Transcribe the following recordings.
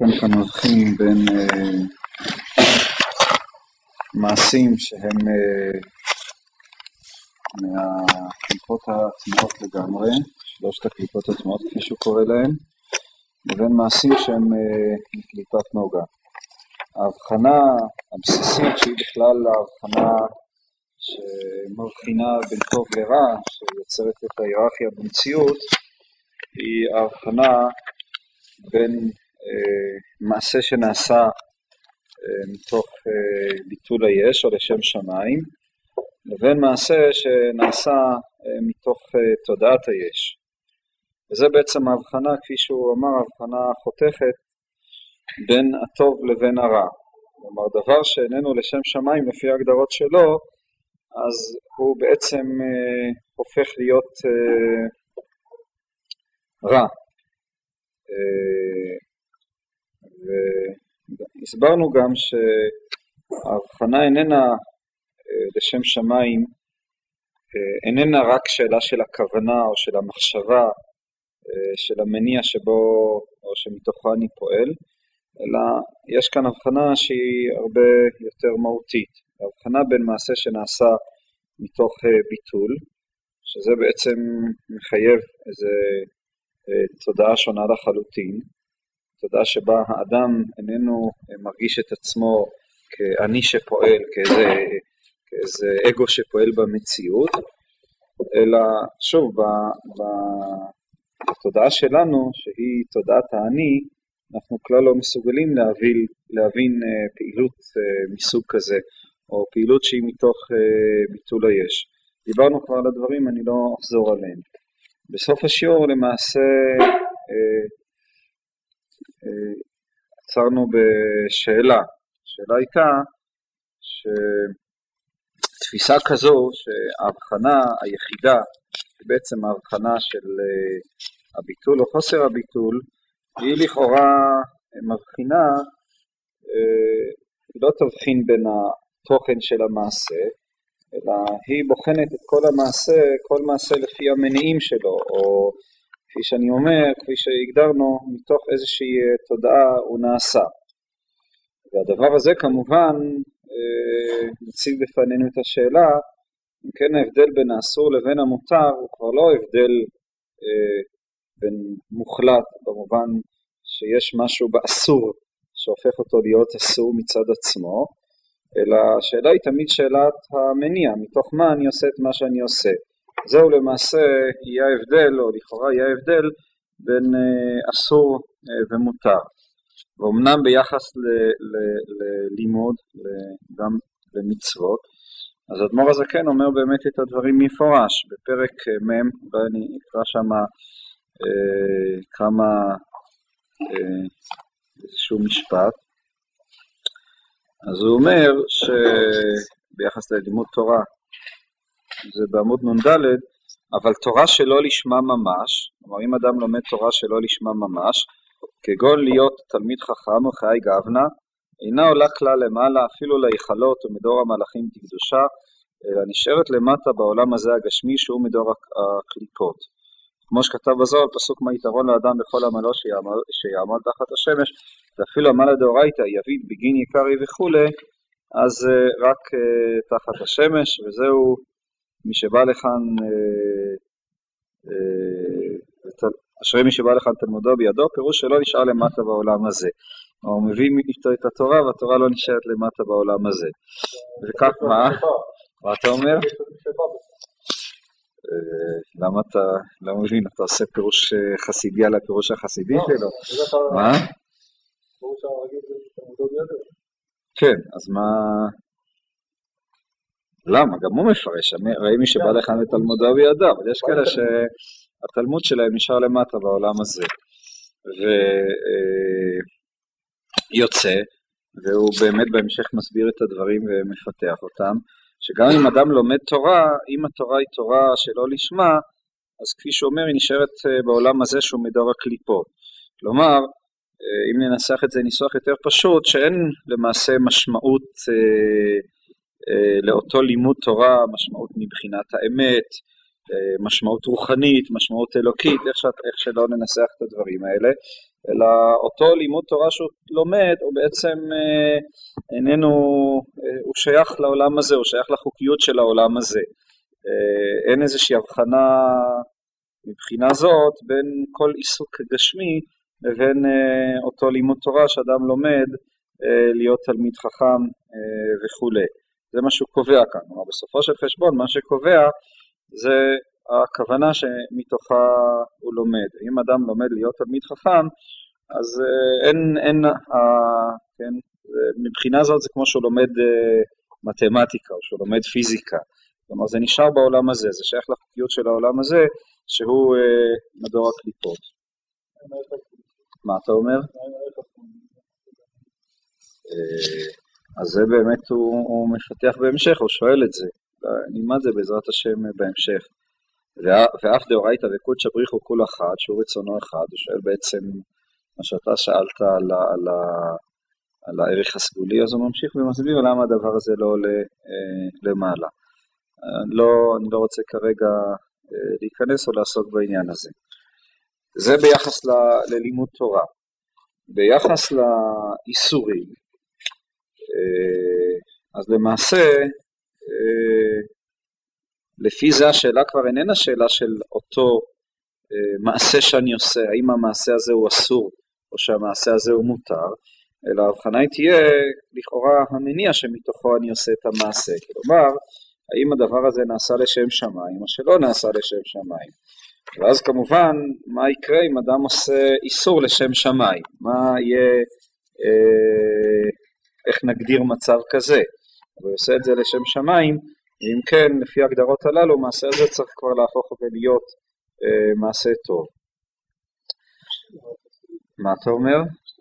אתם כאן מבחינים בין מעשים שהם מהקליפות הטמעות לגמרי, שלושת הקליפות הטמעות כפי שהוא קורא להם, לבין מעשים שהם מקליפת נוגה. ההבחנה הבסיסית שהיא בכלל ההבחנה שמבחינה בין טוב לרע, שיוצרת את ההיררכיה במציאות, היא ההבחנה בין מעשה שנעשה מתוך ביטול היש או לשם שמיים, לבין מעשה שנעשה מתוך תודעת היש. וזה בעצם ההבחנה, כפי שהוא אמר, ההבחנה חותכת בין הטוב לבין הרע. כלומר, דבר שאיננו לשם שמיים לפי ההגדרות שלו, אז הוא בעצם הופך להיות רע. והסברנו גם שההבחנה איננה לשם שמיים, איננה רק שאלה של הכוונה או של המחשבה, של המניע שבו או שמתוכו אני פועל, אלא יש כאן הבחנה שהיא הרבה יותר מהותית. ההבחנה בין מעשה שנעשה מתוך ביטול, שזה בעצם מחייב איזו תודעה שונה לחלוטין, תודעה שבה האדם איננו מרגיש את עצמו כאני שפועל, כאיזה אגו שפועל במציאות, אלא שוב, בתודעה שלנו, שהיא תודעת האני, אנחנו כלל לא מסוגלים להבין פעילות מסוג כזה, או פעילות שהיא מתוך ביטול היש. דיברנו כבר על הדברים, אני לא אחזור עליהם. בסוף השיעור למעשה עצרנו בשאלה. השאלה הייתה שתפיסה כזו שההבחנה היחידה, בעצם ההבחנה של הביטול או חוסר הביטול, היא לכאורה מבחינה, לא תבחין בין התוכן של המעשה, אלא היא בוחנת את כל המעשה, כל מעשה לפי המניעים שלו, או כפי שאני אומר, כפי שהגדרנו, מתוך איזושהי תודעה הוא נעשה. והדבר הזה כמובן מציב בפנינו את השאלה, אם כן ההבדל בין האסור לבין המותר, הוא כבר לא הבדל בין מוחלט, במובן שיש משהו באסור שהופך אותו להיות אסור מצד עצמו, אלא השאלה היא תמיד שאלת המניע, מתוך מה אני עושה את מה שאני עושה. זהו למעשה יהיה ההבדל, או לכאורה יהיה ההבדל, בין אסור ומותר. ואומנם ביחס ללימוד, גם למצוות, אז אדמו"ר הזקן אומר באמת את הדברים מפורש. בפרק מ', ואני אקרא שם כמה איזשהו משפט. אז הוא אומר שביחס ללימוד תורה, זה בעמוד נ"ד, אבל תורה שלא לשמה ממש, כלומר אם אדם לומד תורה שלא לשמה ממש, כגון להיות תלמיד חכם או חיי גאווה, אינה עולה כלל למעלה אפילו להיכלות ומדור המלאכים תקדושה, אלא נשארת למטה בעולם הזה הגשמי שהוא מדור הקליפות. כמו שכתב בזוהר, פסוק מה יתרון לאדם בכל עמלו שיעמל תחת השמש, ואפילו עמל הדאורייתא יביט בגין יקרי וכו', אז רק תחת השמש, וזהו מי שבא לכאן, אשרי מי שבא לכאן תלמודו בידו, פירוש שלא נשאר למטה בעולם הזה. הוא מביא איתו את התורה, והתורה לא נשארת למטה בעולם הזה. וכך מה? מה אתה אומר? למה אתה לא מבין? אתה עושה פירוש חסידי על הפירוש החסידי שלו? מה? פירוש הרגיל זה תלמודו בידו. כן, אז מה? למה? גם הוא מפרש, ראי מי שבא לכאן לתלמודו בידו, אבל יש כאלה שהתלמוד שלהם נשאר למטה בעולם הזה. ויוצא, והוא באמת בהמשך מסביר את הדברים ומפתח אותם, שגם אם אדם לומד תורה, אם התורה היא תורה שלא לשמה, אז כפי שאומר, היא נשארת בעולם הזה שהוא מדור הקליפות. כלומר, אם ננסח את זה ניסוח יותר פשוט, שאין למעשה משמעות לאותו לימוד תורה, משמעות מבחינת האמת, משמעות רוחנית, משמעות אלוקית, איך שלא ננסח את הדברים האלה, אלא אותו לימוד תורה שהוא לומד הוא בעצם איננו, הוא שייך לעולם הזה, הוא שייך לחוקיות של העולם הזה. אין איזושהי הבחנה מבחינה זאת בין כל עיסוק גשמי לבין אותו לימוד תורה שאדם לומד להיות תלמיד חכם וכו'. זה מה שהוא קובע כאן. אבל בסופו של חשבון מה שקובע זה הכוונה שמתוכה הוא לומד. אם אדם לומד להיות תלמיד חכם, אז כן, מבחינה זאת זה כמו שהוא לומד מתמטיקה או שהוא לומד פיזיקה. כלומר זה נשאר בעולם הזה, זה שייך לחוקיות של העולם הזה שהוא מדור הקליפות. מה אתה אומר? אז זה באמת הוא מפתח בהמשך, הוא שואל את זה. נלמד זה בעזרת השם בהמשך. ואף דאורייתא וקודשא בריחו כול אחד, שהוא רצונו אחד, הוא שואל בעצם מה שאתה שאלת על הערך הסגולי, אז הוא ממשיך ומסביר למה הדבר הזה לא עולה למעלה. אני לא רוצה כרגע להיכנס או לעסוק בעניין הזה. זה ביחס ללימוד תורה. ביחס לאיסורים, אז למעשה, לפי זה השאלה כבר איננה שאלה של אותו מעשה שאני עושה, האם המעשה הזה הוא אסור או שהמעשה הזה הוא מותר, אלא ההבחנה תהיה לכאורה המניע שמתוכו אני עושה את המעשה. כלומר, האם הדבר הזה נעשה לשם שמיים או שלא נעשה לשם שמיים. ואז כמובן, מה יקרה אם אדם עושה איסור לשם שמיים? מה יהיה, איך נגדיר מצב כזה? הוא עושה את זה לשם שמיים, ואם כן, לפי ההגדרות הללו, מעשה הזה צריך כבר להפוך ולהיות מעשה טוב. מה אתה אומר?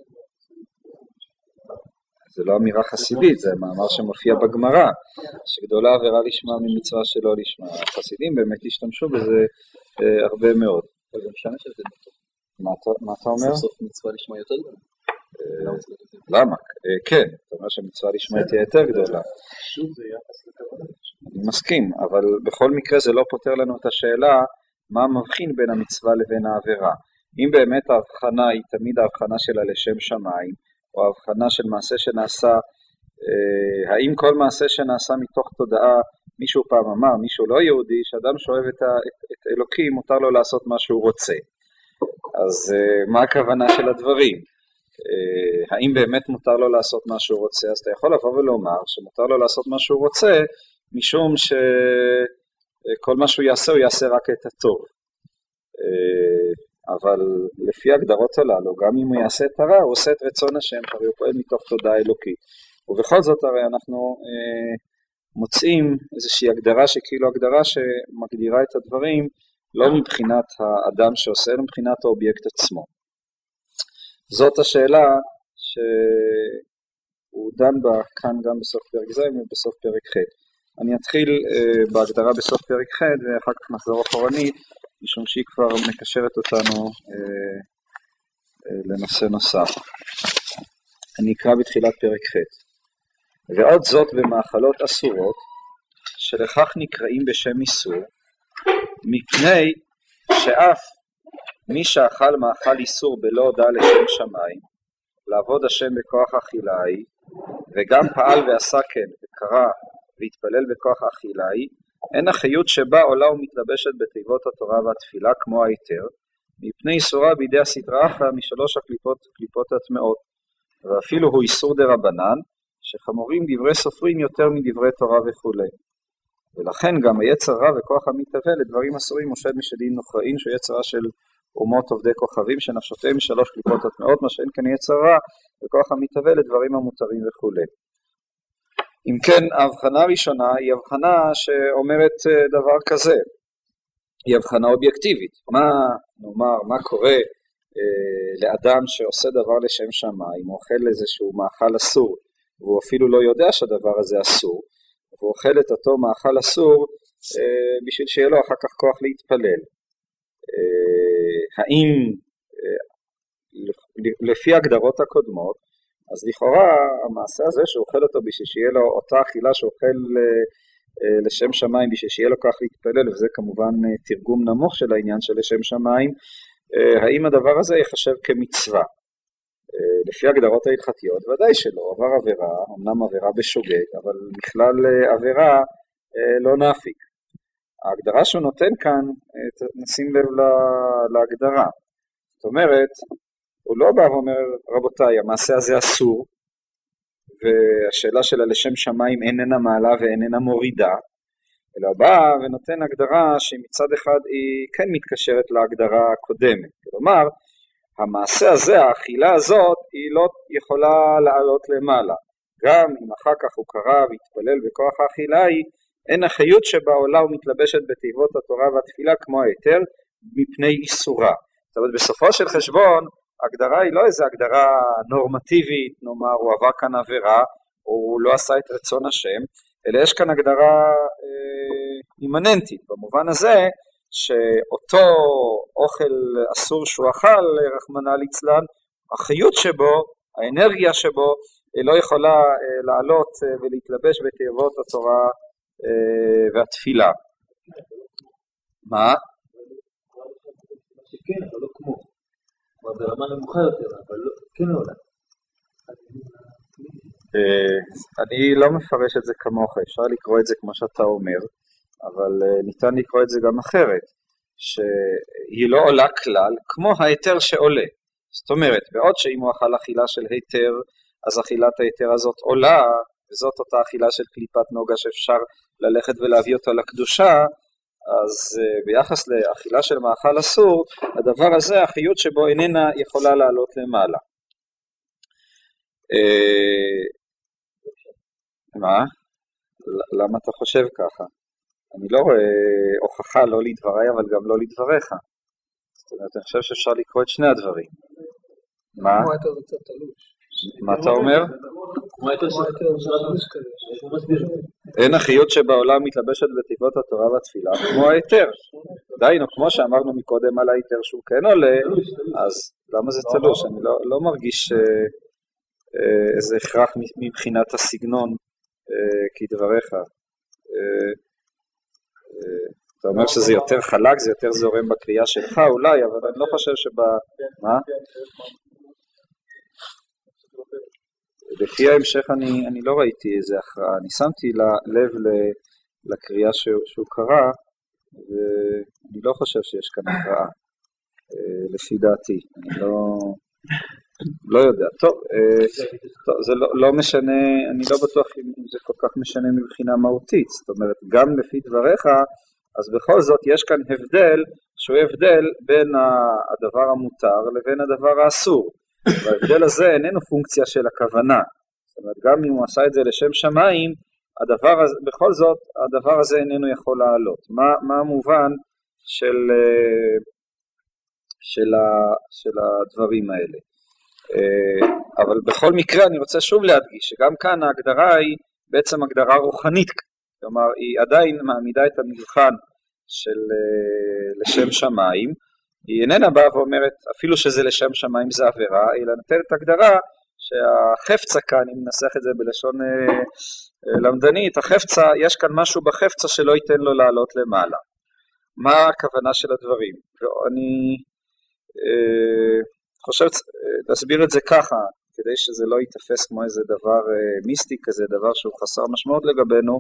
זה לא אמירה חסידית, זה מאמר שמופיע בגמרא, שגדולה עבירה לשמה ממצווה שלא לשמה. החסידים באמת השתמשו בזה הרבה מאוד. אבל גם שם יש את זה. מה אתה אומר? סוף סוף מצווה לשמה יותר גדולה. למה? כן, אתה אומר שמצווה לשמה תהיה יותר גדולה. שוב זה יחס לכוונה. אני מסכים, אבל בכל מקרה זה לא פותר לנו את השאלה מה מבחין בין המצווה לבין העבירה. אם באמת ההבחנה היא תמיד ההבחנה שלה לשם שמיים, או ההבחנה של מעשה שנעשה, האם כל מעשה שנעשה מתוך תודעה, מישהו פעם אמר, מישהו לא יהודי, שאדם שאוהב את אלוקים, מותר לו לעשות מה שהוא רוצה. אז מה הכוונה של הדברים? האם באמת מותר לו לעשות מה שהוא רוצה? אז אתה יכול לבוא ולומר שמותר לו לעשות מה שהוא רוצה, משום שכל מה שהוא יעשה, הוא יעשה רק את הטוב. אבל לפי הגדרות הללו, גם אם הוא יעשה את הרע, הוא עושה את רצון השם, הרי הוא פועל מתוך תודעה אלוקית. ובכל זאת הרי אנחנו מוצאים איזושהי הגדרה שכאילו הגדרה שמגדירה את הדברים, לא מבחינת האדם שעושה, אלא מבחינת האובייקט עצמו. זאת השאלה שהוא דן בה כאן גם בסוף פרק ז' ובסוף פרק ח'. אני אתחיל בהגדרה בסוף פרק ח' ואחר כך נחזור אחורנית, משום שהיא כבר מקשרת אותנו לנושא נוסף. אני אקרא בתחילת פרק ח'. ועוד זאת במאכלות אסורות, שלכך נקראים בשם איסור, מפני שאף מי שאכל מאכל איסור בלא הודעה לשם שמיים, לעבוד השם בכוח אכילאי, וגם פעל ועשה כן, וקרא והתפלל בכוח אכילאי, אין החיות שבה עולה ומתלבשת בתיבות התורה והתפילה כמו היתר, מפני איסורה בידי הסדרה אחלה משלוש הקליפות הטמאות, ואפילו הוא איסור דרבנן, שחמורים דברי סופרים יותר מדברי תורה וכו'. ולכן גם היצר רע וכוח המתהווה לדברים אסורים מושד משדין נוכרעים, שהוא יצר רע של אומות עובדי כוכבים שנפשותיהם משלוש קליפות הטמאות, מה שאין כאן יצר רע וכוח המתהווה לדברים המותרים וכו'. אם כן, ההבחנה הראשונה היא הבחנה שאומרת דבר כזה, היא הבחנה אובייקטיבית. מה קורה לאדם שעושה דבר לשם שמיים, הוא אוכל איזשהו מאכל אסור, והוא אפילו לא יודע שהדבר הזה אסור, והוא אוכל את אותו מאכל אסור בשביל שיהיה לו אחר כך כוח להתפלל. האם לפי הגדרות הקודמות, אז לכאורה המעשה הזה שאוכל אותו בשביל שיהיה לו אותה אכילה שאוכל לשם שמיים בשביל שיהיה לו כוח להתפלל, וזה כמובן תרגום נמוך של העניין של לשם שמיים, האם הדבר הזה יחשב כמצווה? לפי הגדרות ההלכתיות ודאי שלא, עבר עבירה, אמנם עבירה בשוגג, אבל בכלל עבירה לא נאפיק. ההגדרה שהוא נותן כאן, נשים לב להגדרה. זאת אומרת, הוא לא בא ואומר, רבותיי, המעשה הזה אסור, והשאלה שלה לשם שמיים איננה מעלה ואיננה מורידה, אלא בא ונותן הגדרה שמצד אחד היא כן מתקשרת להגדרה הקודמת. כלומר, המעשה הזה, האכילה הזאת, היא לא יכולה לעלות למעלה. גם אם אחר כך הוא קרא והתפלל בכוח האכילה היא, אין החיות שבעולה ומתלבשת בתיבות התורה והתפילה כמו היתר מפני איסורה. זאת אומרת, בסופו של חשבון, ההגדרה היא לא איזו הגדרה נורמטיבית, נאמר, הוא עבר כאן עבירה, או הוא לא עשה את רצון השם, אלא יש כאן הגדרה אימננטית, במובן הזה שאותו אוכל אסור שהוא אכל, רחמנא ליצלן, החיות שבו, האנרגיה שבו, לא יכולה לעלות ולהתלבש בתיבות התורה והתפילה. מה? כן, אבל לא כמו. כלומר, ברמה נמוכה יותר, אבל כן עולה. אני לא מפרש את זה כמוך, אפשר לקרוא את זה כמו שאתה אומר, אבל ניתן לקרוא את זה גם אחרת, שהיא לא עולה כלל כמו ההיתר שעולה. זאת אומרת, בעוד שאם הוא אכל אכילה של היתר, אז אכילת ההיתר הזאת עולה, וזאת אותה אכילה של קליפת נוגה שאפשר ללכת ולהביא אותה לקדושה, אז ביחס לאכילה של מאכל אסור, הדבר הזה, החיות שבו איננה יכולה לעלות למעלה. מה? למה אתה חושב ככה? אני לא רואה הוכחה לא לדבריי, אבל גם לא לדבריך. זאת אומרת, אני חושב שאפשר לקרוא את שני הדברים. מה? מה אתה אומר? אין החיות שבעולם מתלבשת בתיבות התורה והתפילה כמו ההיתר. דיינו, כמו שאמרנו מקודם על ההיתר שהוא כן עולה, אז למה זה תלוש? אני לא מרגיש איזה הכרח מבחינת הסגנון כדבריך. אתה אומר שזה יותר חלק, זה יותר זורם בקריאה שלך אולי, אבל אני לא חושב מה? לפי ההמשך אני לא ראיתי איזה הכרעה, אני שמתי לב לקריאה שהוא קרא, ואני לא חושב שיש כאן הכרעה, לפי דעתי, אני לא יודע. טוב, זה לא משנה, אני לא בטוח אם זה כל כך משנה מבחינה מהותית, זאת אומרת, גם לפי דבריך, אז בכל זאת יש כאן הבדל, שהוא הבדל בין הדבר המותר לבין הדבר האסור. וההבדל הזה איננו פונקציה של הכוונה. זאת אומרת, גם אם הוא עשה את זה לשם שמיים, בכל זאת, הדבר הזה איננו יכול לעלות. מה המובן של הדברים האלה? אבל בכל מקרה אני רוצה שוב להדגיש, שגם כאן ההגדרה היא בעצם הגדרה רוחנית. כלומר, היא עדיין מעמידה את המבחן של לשם שמיים, היא איננה באה ואומרת, אפילו שזה לשם שמיים זה עבירה, אלא נותנת הגדרה שהחפצה כאן, אם ננסח את זה בלשון למדנית, החפצה, יש כאן משהו בחפצה שלא ייתן לו לעלות למעלה. מה הכוונה של הדברים? אני חושב להסביר את זה ככה, כדי שזה לא ייתפס כמו איזה דבר מיסטי כזה, דבר שהוא חסר משמעות לגבינו.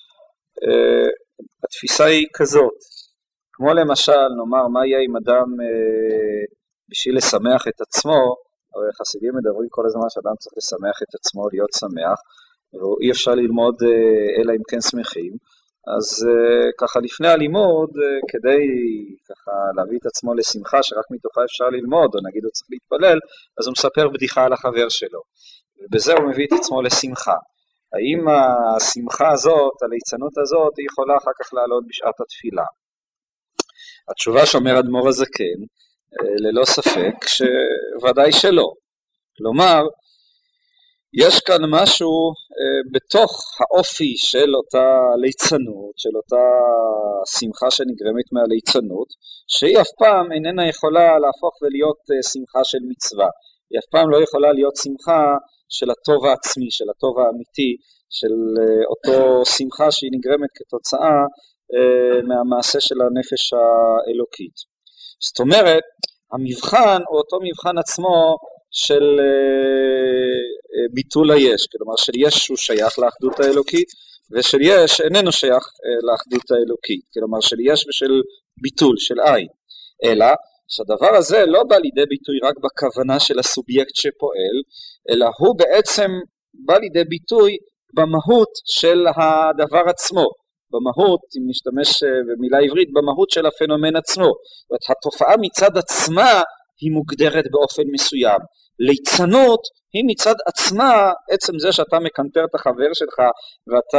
התפיסה היא כזאת, כמו למשל, נאמר, מה יהיה עם אדם בשביל לשמח את עצמו, הרי חסידים מדברים כל הזמן שאדם צריך לשמח את עצמו, להיות שמח, ואי אפשר ללמוד אלא אם כן שמחים, אז ככה לפני הלימוד, כדי ככה להביא את עצמו לשמחה שרק מתוכה אפשר ללמוד, או נגיד הוא צריך להתפלל, אז הוא מספר בדיחה על החבר שלו, ובזה הוא מביא את עצמו לשמחה. האם השמחה הזאת, הליצנות הזאת, היא יכולה אחר כך לעלות בשעת התפילה? התשובה שאומר אדמו"ר הזקן, ללא ספק, שוודאי שלא. כלומר, יש כאן משהו בתוך האופי של אותה ליצנות, של אותה שמחה שנגרמת מהליצנות, שהיא אף פעם איננה יכולה להפוך ולהיות שמחה של מצווה. היא אף פעם לא יכולה להיות שמחה של הטוב העצמי, של הטוב האמיתי, של אותו שמחה שהיא נגרמת כתוצאה מהמעשה של הנפש האלוקית. זאת אומרת, המבחן הוא אותו מבחן עצמו של ביטול היש, כלומר של יש שהוא שייך לאחדות האלוקית, ושל יש איננו שייך לאחדות האלוקית, כלומר של יש ושל ביטול, של עין. אלא שהדבר הזה לא בא לידי ביטוי רק בכוונה של הסובייקט שפועל, אלא הוא בעצם בא לידי ביטוי במהות של הדבר עצמו, במהות, אם נשתמש במילה עברית, במהות של הפנומן עצמו. התופעה מצד עצמה היא מוגדרת באופן מסוים. ליצנות היא מצד עצמה, עצם זה שאתה מקנטר את החבר שלך ואתה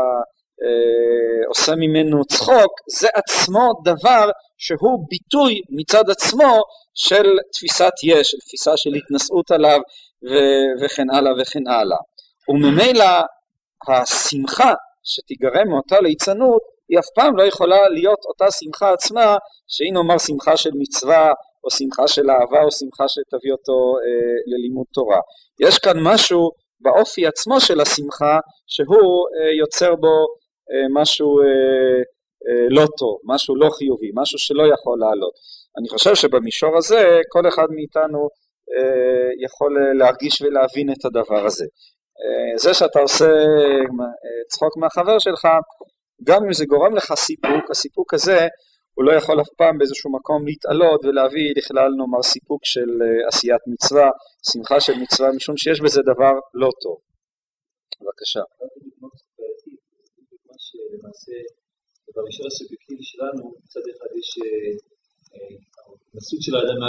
עושה ממנו צחוק, זה עצמו דבר שהוא ביטוי מצד עצמו של תפיסת יש, של תפיסה של התנשאות עליו וכן הלאה וכן הלאה. וממילא השמחה שתיגרם מאותה ליצנות היא אף פעם לא יכולה להיות אותה שמחה עצמה, שהיא נאמר שמחה של מצווה או שמחה של אהבה או שמחה שתביא אותו ללימוד תורה. יש כאן משהו באופי עצמו של השמחה שהוא יוצר בו משהו לא טוב, משהו לא חיובי, משהו שלא יכול לעלות. אני חושב שבמישור הזה כל אחד מאיתנו יכול להרגיש ולהבין את הדבר הזה. זה שאתה עושה צחוק מהחבר שלך, גם אם זה גורם לך סיפוק, הסיפוק הזה הוא לא יכול אף פעם באיזשהו מקום להתעלות ולהביא לכלל נאמר סיפוק של עשיית מצווה, שמחה של מצווה, משום שיש בזה דבר לא טוב. בבקשה. למעשה, במישור הסובייקטיבי שלנו, מצד אחד יש התנסות של האדם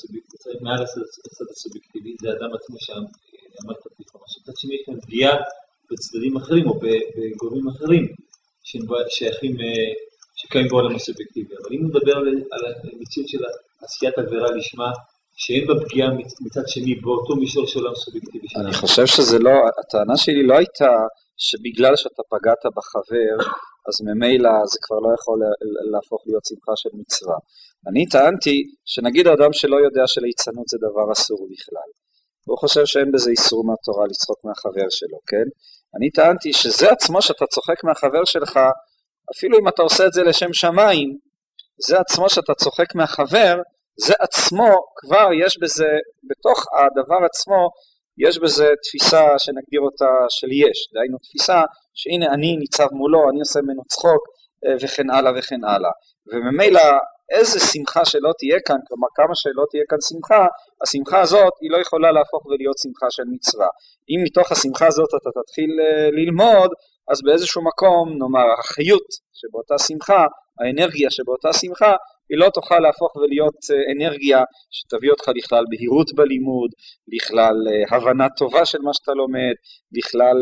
מעל הצד הסובייקטיבי, זה האדם עצמו שם, אמרת פתאום משהו. מצד שני יש כאן פגיעה בצדדים אחרים או בגורמים אחרים ששייכים, שקיים בעולם הסובייקטיבי. אבל אם נדבר על המציאות של עשיית עבירה לשמה, שאין בה פגיעה מצד שני באותו מישור של העולם הסובייקטיבי שלנו. אני חושב שזה לא, הטענה שלי לא הייתה שבגלל שאתה פגעת בחבר, אז ממילא זה כבר לא יכול להפוך להיות שמחה של מצווה. אני טענתי שנגיד האדם שלא יודע שליצנות זה דבר אסור בכלל. הוא חושב שאין בזה איסור מהתורה לצחוק מהחבר שלו, כן? אני טענתי שזה עצמו שאתה צוחק מהחבר שלך, אפילו אם אתה עושה את זה לשם שמיים, זה עצמו שאתה צוחק מהחבר, זה עצמו כבר יש בזה, בתוך הדבר עצמו, יש בזה תפיסה שנגדיר אותה של יש, דהיינו תפיסה שהנה אני ניצב מולו, אני עושה ממנו צחוק וכן הלאה וכן הלאה. וממילא איזה שמחה שלא תהיה כאן, כלומר כמה שלא תהיה כאן שמחה, השמחה הזאת היא לא יכולה להפוך ולהיות שמחה של מצווה. אם מתוך השמחה הזאת אתה תתחיל ללמוד, אז באיזשהו מקום נאמר החיות שבאותה שמחה, האנרגיה שבאותה שמחה, היא לא תוכל להפוך ולהיות אנרגיה שתביא אותך לכלל בהירות בלימוד, לכלל הבנה טובה של מה שאתה לומד, לכלל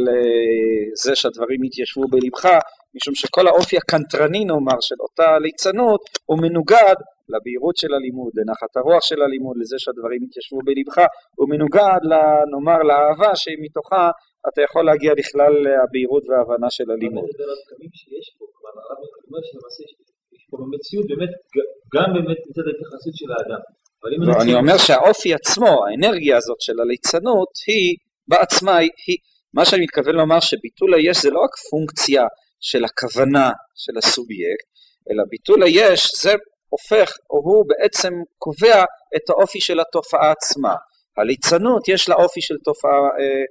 זה שהדברים יתיישבו בלבך, משום שכל האופי הקנטרני נאמר של אותה ליצנות הוא מנוגד לבהירות של הלימוד, לנחת הרוח של הלימוד, לזה שהדברים יתיישבו בלבך, הוא מנוגד נאמר לאהבה שמתוכה אתה יכול להגיע לכלל הבהירות וההבנה של הלימוד. אני מדבר על קמים שיש פה, כלומר הרב אומר שלמעשה יש פה במציאות באמת, גם באמת מצד ההתייחסות של האדם. אני אומר שהאופי עצמו, האנרגיה הזאת של הליצנות היא בעצמה, מה שאני מתכוון לומר שביטול היש זה לא רק פונקציה של הכוונה של הסובייקט, אלא ביטול היש זה הופך, או הוא בעצם קובע את האופי של התופעה עצמה. הליצנות יש לה אופי של תופעה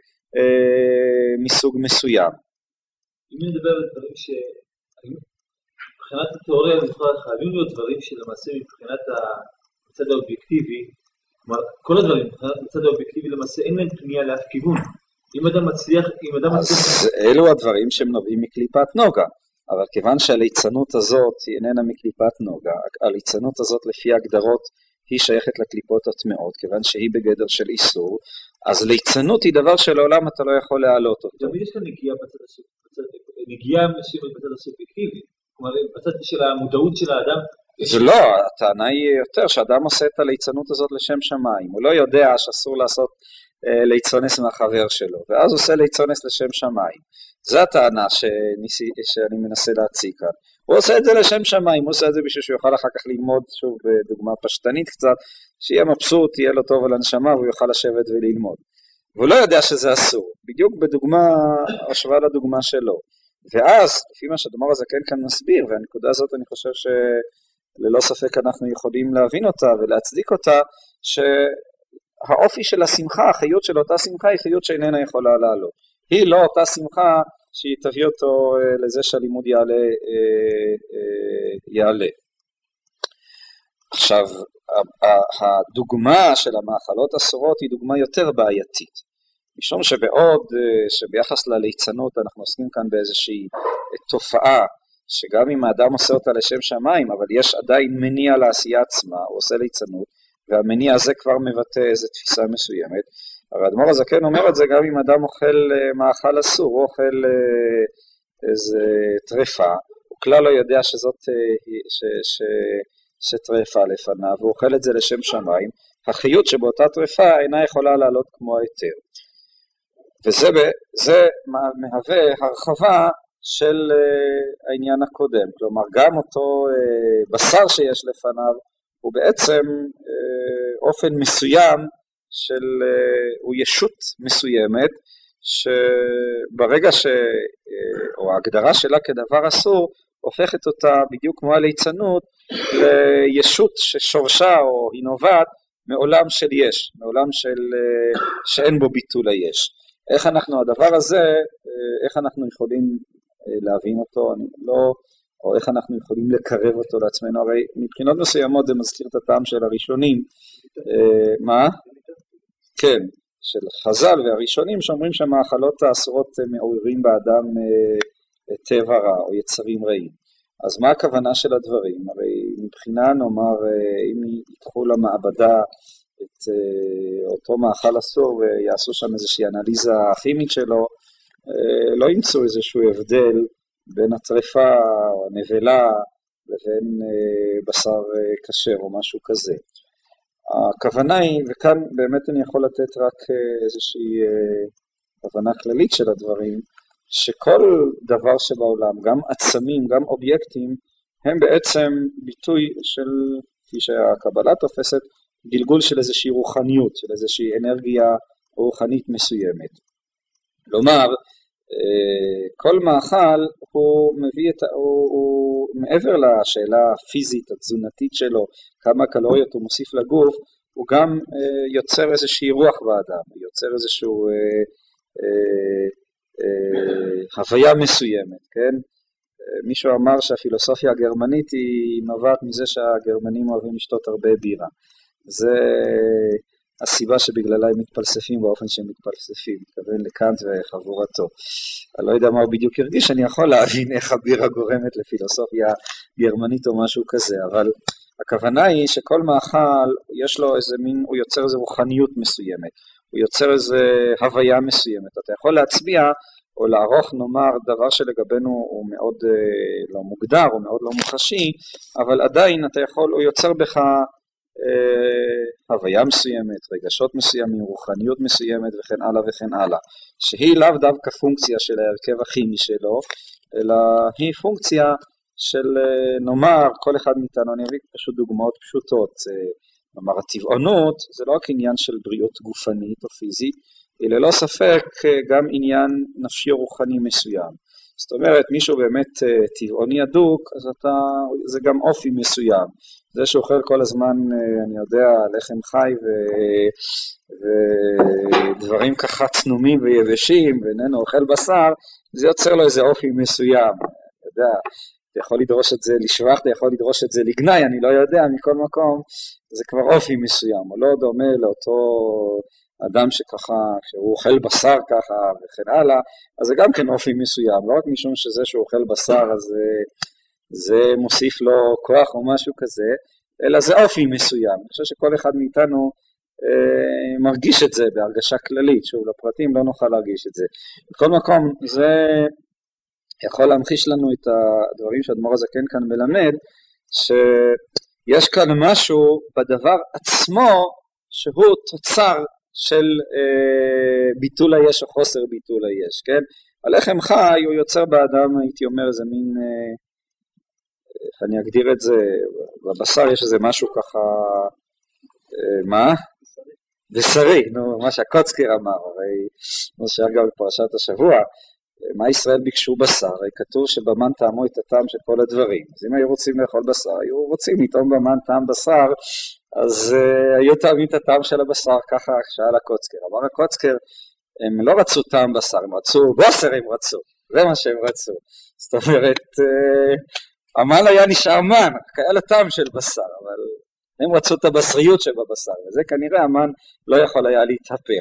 מסוג מסוים. אם נדבר על דברים מבחינת התיאוריה חייבים להיות דברים שלמעשה מבחינת הצד האובייקטיבי, כלומר כל הדברים מצד האובייקטיבי למעשה אין להם פנייה לאף כיוון. אם אדם מצליח, אז אלו הדברים שהם נובעים מקליפת נוגה, אבל כיוון שהליצנות הזאת היא איננה מקליפת נוגה, הליצנות הזאת לפי הגדרות היא שייכת לקליפות הטמעות, כיוון שהיא בגדר של איסור, אז ליצנות היא דבר שלעולם אתה לא יכול להעלות אותו. תמיד יש כאן נגיעה מסוימת בצד הסובייקטיבי, כלומר בצד של המודעות של האדם. זה לא, הטענה היא יותר שאדם עושה את הליצנות הזאת לשם שמיים, הוא לא יודע שאסור לעשות ליצונס מהחבר שלו, ואז עושה ליצונס לשם שמיים. זו הטענה שאני מנסה להציג כאן. הוא עושה את זה לשם שמיים, הוא עושה את זה בשביל שהוא יוכל אחר כך ללמוד, שוב בדוגמה פשטנית קצת, שיהיה מבסוט, תהיה לו טוב על הנשמה, והוא יוכל לשבת וללמוד. והוא לא יודע שזה אסור, בדיוק בדוגמה, השוואה לדוגמה שלו. ואז, לפי מה שהדבר הזה כן כאן מסביר, והנקודה הזאת אני חושב ללא ספק אנחנו יכולים להבין אותה ולהצדיק אותה, שהאופי של השמחה, החיות של אותה שמחה היא חיות שאיננה יכולה לעלות. היא לא אותה שמחה שהיא תביא אותו לזה שהלימוד יעלה. עכשיו, הדוגמה של המאכלות אסורות היא דוגמה יותר בעייתית, משום שבעוד שביחס לליצנות אנחנו עוסקים כאן באיזושהי תופעה שגם אם האדם עושה אותה לשם שמיים, אבל יש עדיין מניע לעשייה עצמה, הוא עושה ליצנות, והמניע הזה כבר מבטא איזו תפיסה מסוימת. אבל האדמו"ר הזקן אומר את זה גם אם אדם אוכל מאכל אסור, הוא אוכל איזה טרפה, הוא כלל לא יודע שזאת שטרפה לפניו, והוא אוכל את זה לשם שמיים, החיות שבאותה טרפה אינה יכולה לעלות כמו היתר. וזה מהווה הרחבה של העניין הקודם, כלומר גם אותו בשר שיש לפניו הוא בעצם אופן מסוים הוא ישות מסוימת, שברגע או ההגדרה שלה כדבר אסור הופכת אותה בדיוק כמו הליצנות לישות ששורשה או היא נובעת מעולם של יש, מעולם שאין בו ביטול היש. איך אנחנו הדבר הזה, איך אנחנו יכולים להבין אותו, או איך אנחנו יכולים לקרב אותו לעצמנו, הרי מבחינות מסוימות זה מזכיר את הטעם של הראשונים, מה? כן, של חז"ל והראשונים שאומרים שהמאכלות האסורות מעוררים באדם טבע רע או יצרים רעים. אז מה הכוונה של הדברים? הרי מבחינה נאמר, אם ייקחו למעבדה את אותו מאכל אסור ויעשו שם איזושהי אנליזה כימית שלו, לא ימצאו איזשהו הבדל בין הטרפה או הנבלה לבין בשר כשר או משהו כזה. הכוונה היא, וכאן באמת אני יכול לתת רק איזושהי הבנה כללית של הדברים, שכל דבר שבעולם, גם עצמים, גם אובייקטים, הם בעצם ביטוי של, כפי שהקבלה תופסת, גלגול של איזושהי רוחניות, של איזושהי אנרגיה רוחנית מסוימת. כלומר, כל מאכל הוא מביא הוא מעבר לשאלה הפיזית, התזונתית שלו, כמה קלוריות הוא מוסיף לגוף, הוא גם יוצר איזושהי רוח באדם, יוצר איזושהי הוויה מסוימת, כן? מישהו אמר שהפילוסופיה הגרמנית היא נובעת מזה שהגרמנים אוהבים לשתות הרבה בירה. זה הסיבה שבגללה הם מתפלספים באופן שהם מתפלספים, מתכוון לקאנט וחבורתו. אני לא יודע מה הוא בדיוק הרגיש, אני יכול להבין איך הבירה גורמת לפילוסופיה גרמנית או משהו כזה, אבל הכוונה היא שכל מאכל יש לו איזה מין, הוא יוצר איזו רוחניות מסוימת, הוא יוצר איזו הוויה מסוימת. אתה יכול להצביע או לערוך נאמר דבר שלגבינו הוא מאוד לא מוגדר, הוא מאוד לא מוחשי, אבל עדיין אתה יכול, הוא יוצר בך הוויה מסוימת, רגשות מסוימים, רוחניות מסוימת וכן הלאה וכן הלאה, שהיא לאו דווקא פונקציה של ההרכב הכימי שלו, אלא היא פונקציה של נאמר, כל אחד מאיתנו, אני אביא פשוט דוגמאות פשוטות, נאמר הטבעונות זה לא רק עניין של בריאות גופנית או פיזית, היא ללא ספק גם עניין נפשי רוחני מסוים. זאת אומרת, מישהו באמת טבעוני הדוק, אז זה גם אופי מסוים. זה שאוכל כל הזמן, אני יודע, לחם חי ודברים ככה צנומים ויבשים, ואיננו אוכל בשר, זה יוצר לו איזה אופי מסוים. אתה יודע, אתה יכול לדרוש את זה לשבח, אתה יכול לדרוש את זה לגנאי, אני לא יודע, מכל מקום, זה כבר אופי מסוים, הוא לא דומה לאותו אדם שככה, כשהוא אוכל בשר ככה וכן הלאה, אז זה גם כן אופי מסוים, לא רק משום שזה שהוא אוכל בשר, אז זה מוסיף לו כוח או משהו כזה, אלא זה אופי מסוים. אני חושב שכל אחד מאיתנו מרגיש את זה בהרגשה כללית, שוב לפרטים לא נוכל להרגיש את זה. בכל מקום זה יכול להמחיש לנו את הדברים שהאדמו"ר הזקן כאן מלמד, שיש כאן משהו בדבר עצמו שהוא תוצר של ביטול היש או חוסר ביטול היש, כן? הלחם חי הוא יוצר באדם, הייתי אומר, זה מין, איך אני אגדיר את זה, בבשר יש איזה משהו ככה, מה? בשרי, נו, מה שהקוצקר אמר, הרי כמו שהיה גם בפרשת השבוע, מה ישראל ביקשו בשר? כתוב שבמן טעמו את הטעם של כל הדברים. אז אם היו רוצים לאכול בשר, היו רוצים לטעום במן טעם בשר, אז היו טעמים את הטעם של הבשר, ככה שאל הקוצקר. אמר הקוצקר, הם לא רצו טעם בשר, הם רצו בוסר, הם רצו. זה מה שהם רצו. זאת אומרת, המן היה נשאר מן, היה לו טעם של בשר, אבל הם רצו את הבשריות שבבשר, וזה כנראה המן לא יכול היה להתהפך.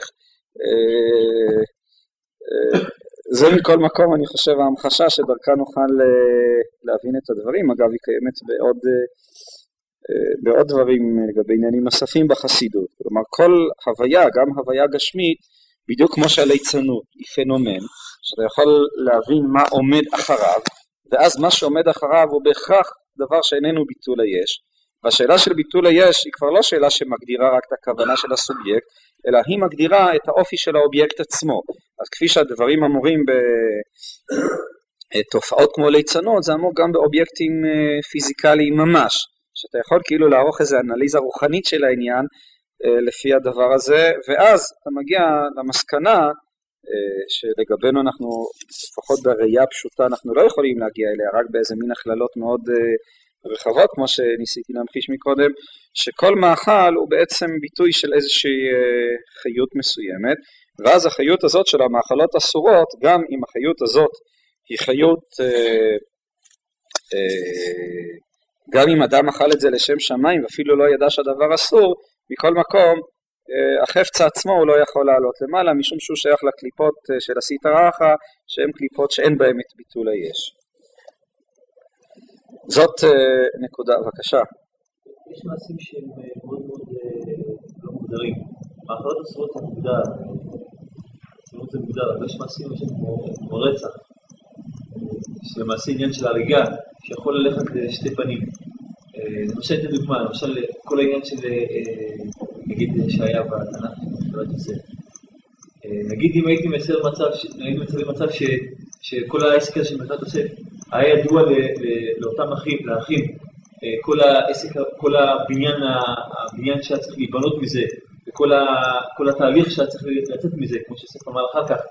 זה מכל מקום, אני חושב, ההמחשה שדרכה נוכל להבין את הדברים. אגב, היא קיימת בעוד דברים לגבי עניינים נוספים בחסידות. כלומר, כל הוויה, גם הוויה גשמית, בדיוק כמו שהליצנות היא פנומן, שאתה יכול להבין מה עומד אחריו, ואז מה שעומד אחריו הוא בהכרח דבר שאיננו ביטול היש. והשאלה של ביטול היש היא כבר לא שאלה שמגדירה רק את הכוונה של הסובייקט, אלא היא מגדירה את האופי של האובייקט עצמו. אז כפי שהדברים אמורים בתופעות כמו ליצנות, זה אמור גם באובייקטים פיזיקליים ממש, שאתה יכול כאילו לערוך איזו אנליזה רוחנית של העניין לפי הדבר הזה, ואז אתה מגיע למסקנה שלגבינו אנחנו, לפחות בראייה פשוטה, אנחנו לא יכולים להגיע אליה, רק באיזה מין הכללות מאוד רחבות, כמו שניסיתי להמחיש מקודם, שכל מאכל הוא בעצם ביטוי של איזושהי חיות מסוימת, ואז החיות הזאת של המאכלות אסורות, גם אם החיות הזאת היא חיות, גם אם אדם אכל את זה לשם שמיים, ואפילו לא ידע שהדבר אסור, מכל מקום, החפץ עצמו הוא לא יכול לעלות למעלה, משום שהוא שייך לקליפות של הסטרא אחרא, שהן קליפות שאין בהן את ביטול היש. זאת נקודה, בבקשה. יש מעשים שהם מאוד מאוד לא מוגדרים. מאכלות אסורות זה מוגדר, זה מוגדר, אבל יש מעשים כמו רצח, שלמעשה עניין של הריגה, שיכול ללכת לשתי פנים. למשל, את הדוגמה, למשל, כל העניין של, נגיד, שהיה בתנ"ך, נגיד, אם הייתי מייצר במצב שכל העסק של מלאכת יוסף היה ידוע לאותם לאחים, כל הבניין שהיה צריך להיבנות מזה, וכל התהליך שהיה צריך לצאת מזה, כמו שספר אמר אחר כך,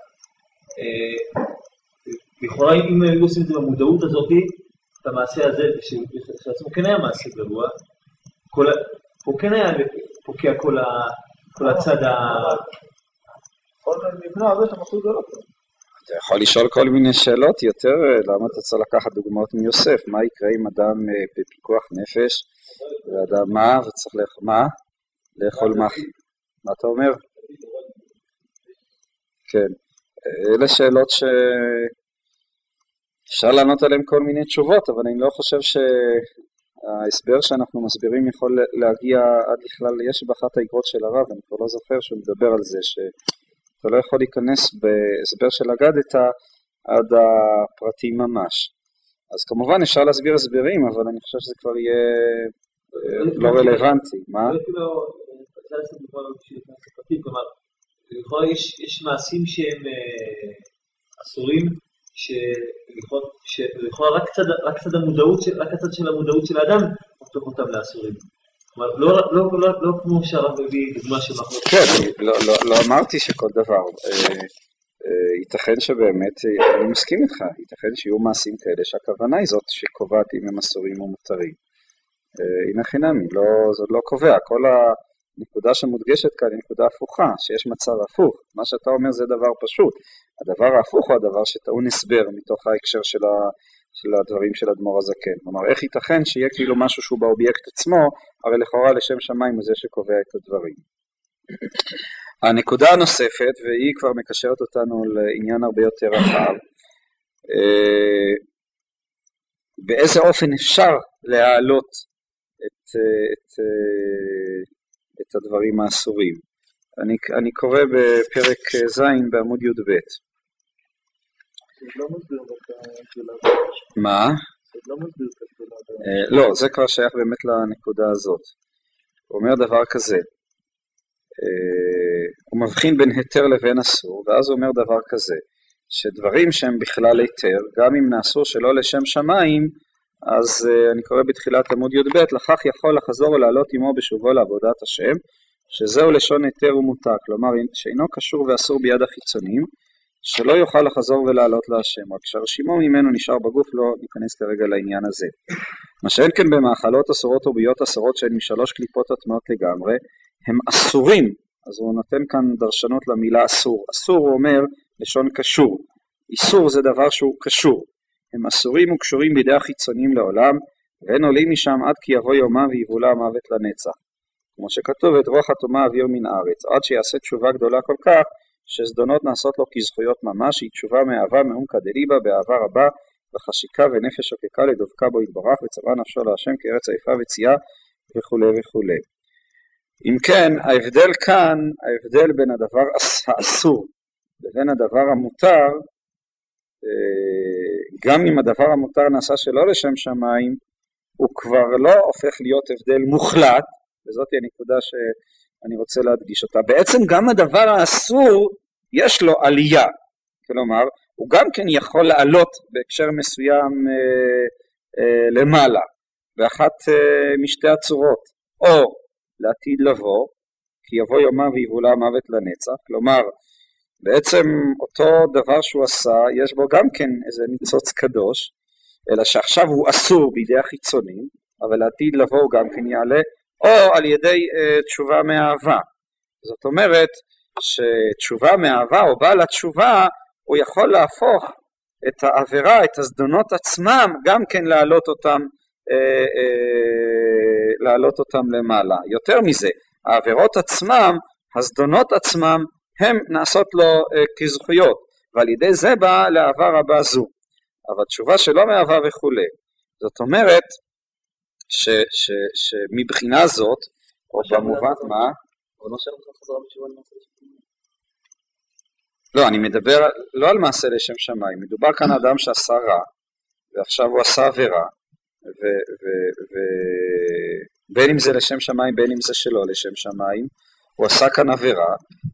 לכאורה אם היו עושים את זה במודעות הזאת, את המעשה הזה, שעצמו כן היה מעשה גרוע, הוא כן היה פוקע כל הצד כל מבנה הזה שמחוז זה לא טוב. אתה יכול לשאול כל מיני שאלות יותר, למה אתה צריך לקחת דוגמאות מיוסף, מה יקרה אם אדם בפיקוח נפש, ואדם מה, וצריך לאכול מה? מה אתה אומר? כן, אלה שאלות אפשר לענות עליהן כל מיני תשובות, אבל אני לא חושב שההסבר שאנחנו מסבירים יכול להגיע עד לכלל, יש באחת האגרות של הרב, אני כבר לא זוכר שהוא מדבר על זה, שאתה לא יכול להיכנס בהסבר של אגדתא עד הפרטים ממש. אז כמובן אפשר להסביר הסברים, אבל אני חושב שזה כבר יהיה לא רלוונטי. מה? כלומר, יש מעשים שהם אסורים, שלכאורה רק צד המודעות, רק הצד של המודעות של האדם הופך אותם לאסורים. כלומר, לא כמו שהרב הביא דוגמה של מחלות. כן, לא אמרתי שכל דבר. ייתכן שבאמת, אני מסכים איתך, ייתכן שיהיו מעשים כאלה שהכוונה היא זאת שקובעת אם הם אסורים או מותרים. הנה חינמי, זאת לא קובע. כל הנקודה שמודגשת כאן היא נקודה הפוכה, שיש מצב הפוך. מה שאתה אומר זה דבר פשוט. הדבר ההפוך הוא הדבר שטעון הסבר מתוך ההקשר של הדברים של אדמו"ר הזקן. כלומר, איך ייתכן שיהיה כאילו משהו שהוא באובייקט עצמו, הרי לכאורה לשם שמיים הוא זה שקובע את הדברים. הנקודה הנוספת, והיא כבר מקשרת אותנו לעניין הרבה יותר רחב, באיזה אופן אפשר להעלות את הדברים האסורים. אני קורא בפרק ז' בעמוד י"ב. מה? לא, זה כבר שייך באמת לנקודה הזאת. הוא אומר דבר כזה, הוא מבחין בין היתר לבין אסור, ואז הוא אומר דבר כזה, שדברים שהם בכלל היתר, גם אם נעשו שלא לשם שמיים, אז אני קורא בתחילת עמוד י"ב, לכך יכול לחזור ולעלות עמו בשובו לעבודת השם, שזהו לשון היתר ומותר, כלומר שאינו קשור ואסור ביד החיצונים, שלא יוכל לחזור ולעלות להשם, רק שהרשימו ממנו נשאר בגוף, לא ניכנס כרגע לעניין הזה. מה שאין כן במאכלות אסורות או ביות אסורות שהן משלוש קליפות הטמאות לגמרי, הם אסורים, אז הוא נותן כאן דרשנות למילה אסור. אסור הוא אומר לשון קשור, איסור זה דבר שהוא קשור, הם אסורים וקשורים בידי החיצונים לעולם, ואין עולים משם עד כי יבוא יומם ויבולה המוות לנצח. כמו שכתוב, את רוח התומה אוויר מן הארץ, עד שיעשה תשובה גדולה כל כך, שזדונות נעשות לו כזכויות ממש, היא תשובה מאהבה מעומקא דליבה באהבה רבה, וחשיקה ונפש שוקקה לדבקה בו יתברך, וצבא נפשו להשם כארץ עיפה וצייה וכו' וכו'. אם כן, ההבדל כאן, ההבדל בין הדבר האסור לבין הדבר המותר, גם אם הדבר המותר נעשה שלא לשם שמיים, הוא כבר לא הופך להיות הבדל מוחלט, וזאת היא הנקודה שאני רוצה להדגיש אותה. בעצם גם הדבר האסור יש לו עלייה, כלומר הוא גם כן יכול לעלות בהקשר מסוים למעלה, באחת משתי הצורות, או לעתיד לבוא, כי יבוא יומם ויבולה המוות לנצח, כלומר בעצם אותו דבר שהוא עשה יש בו גם כן איזה ניצוץ קדוש, אלא שעכשיו הוא אסור בידי החיצונים, אבל לעתיד לבוא הוא גם כן יעלה, או על ידי תשובה מאהבה. זאת אומרת שתשובה מאהבה או בעל התשובה הוא יכול להפוך את העבירה, את הזדונות עצמם, גם כן להעלות אותם למעלה. יותר מזה, העבירות עצמם, הזדונות עצמם, הם נעשות לו כזכויות, ועל ידי זה בא לאהבה רבה זו. אבל תשובה שלא מאהבה וכו'. זאת אומרת שמבחינה זאת, או במובן מה? לא, אני מדבר לא על מעשה לשם שמיים, מדובר כאן אדם שעשה רע, ועכשיו הוא עשה עבירה, ובין אם זה לשם שמיים, בין אם זה שלא לשם שמיים, הוא עשה כאן עבירה,